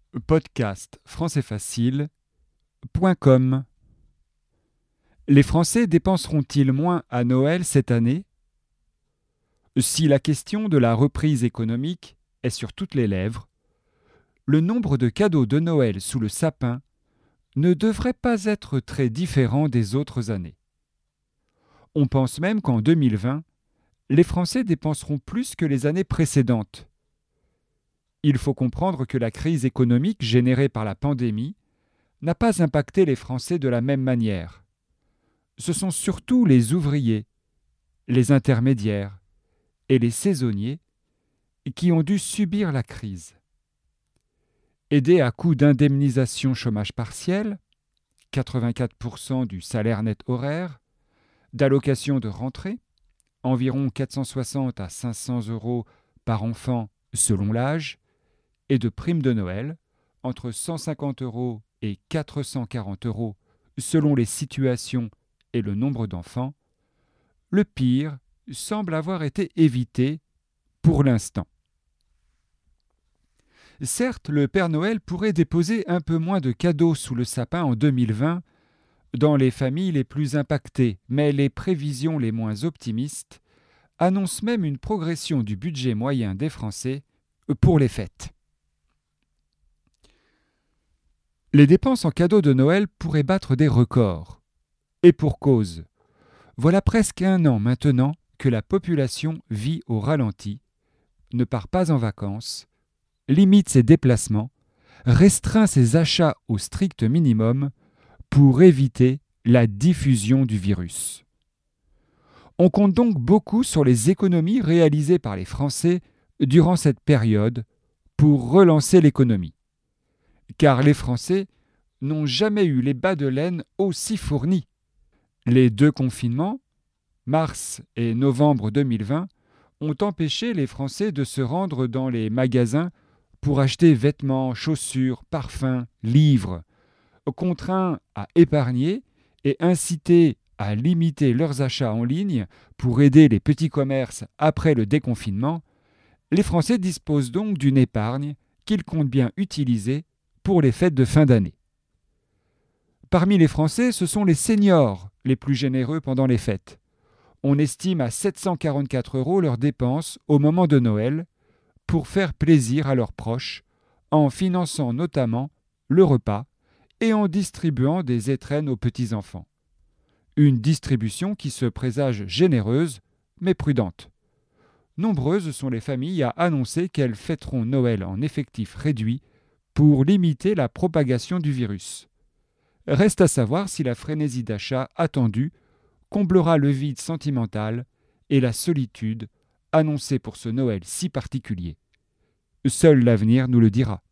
Podcast françaisfacile.com. Les Français dépenseront-ils moins à Noël cette année? Si la question de la reprise économique est sur toutes les lèvres, le nombre de cadeaux de Noël sous le sapin ne devrait pas être très différent des autres années. On pense même qu'en 2020, les Français dépenseront plus que les années précédentes. Il faut comprendre que la crise économique générée par la pandémie n'a pas impacté les Français de la même manière. Ce sont surtout les ouvriers, les intermédiaires et les saisonniers qui ont dû subir la crise. Aidés à coup d'indemnisation chômage partiel, 84% du salaire net horaire, d'allocations de rentrée, environ 460 à 500 euros par enfant selon l'âge, et de primes de Noël, entre 150 euros et 440 euros selon les situations et le nombre d'enfants, le pire semble avoir été évité pour l'instant. Certes, le Père Noël pourrait déposer un peu moins de cadeaux sous le sapin en 2020 dans les familles les plus impactées, mais les prévisions les moins optimistes annoncent même une progression du budget moyen des Français pour les fêtes. Les dépenses en cadeaux de Noël pourraient battre des records. Et pour cause. Voilà presque un an maintenant que la population vit au ralenti, ne part pas en vacances, limite ses déplacements, restreint ses achats au strict minimum pour éviter la diffusion du virus. On compte donc beaucoup sur les économies réalisées par les Français durant cette période pour relancer l'économie. Car les Français n'ont jamais eu les bas de laine aussi fournis. Les 2 confinements, mars et novembre 2020, ont empêché les Français de se rendre dans les magasins pour acheter vêtements, chaussures, parfums, livres, contraints à épargner et incités à limiter leurs achats en ligne pour aider les petits commerces après le déconfinement. Les Français disposent donc d'une épargne qu'ils comptent bien utiliser pour les fêtes de fin d'année. Parmi les Français, ce sont les seniors les plus généreux pendant les fêtes. On estime à 744 euros leurs dépenses au moment de Noël pour faire plaisir à leurs proches, en finançant notamment le repas et en distribuant des étrennes aux petits-enfants. Une distribution qui se présage généreuse, mais prudente. Nombreuses sont les familles à annoncer qu'elles fêteront Noël en effectif réduit pour limiter la propagation du virus. Reste à savoir si la frénésie d'achat attendue comblera le vide sentimental et la solitude annoncée pour ce Noël si particulier. Seul l'avenir nous le dira.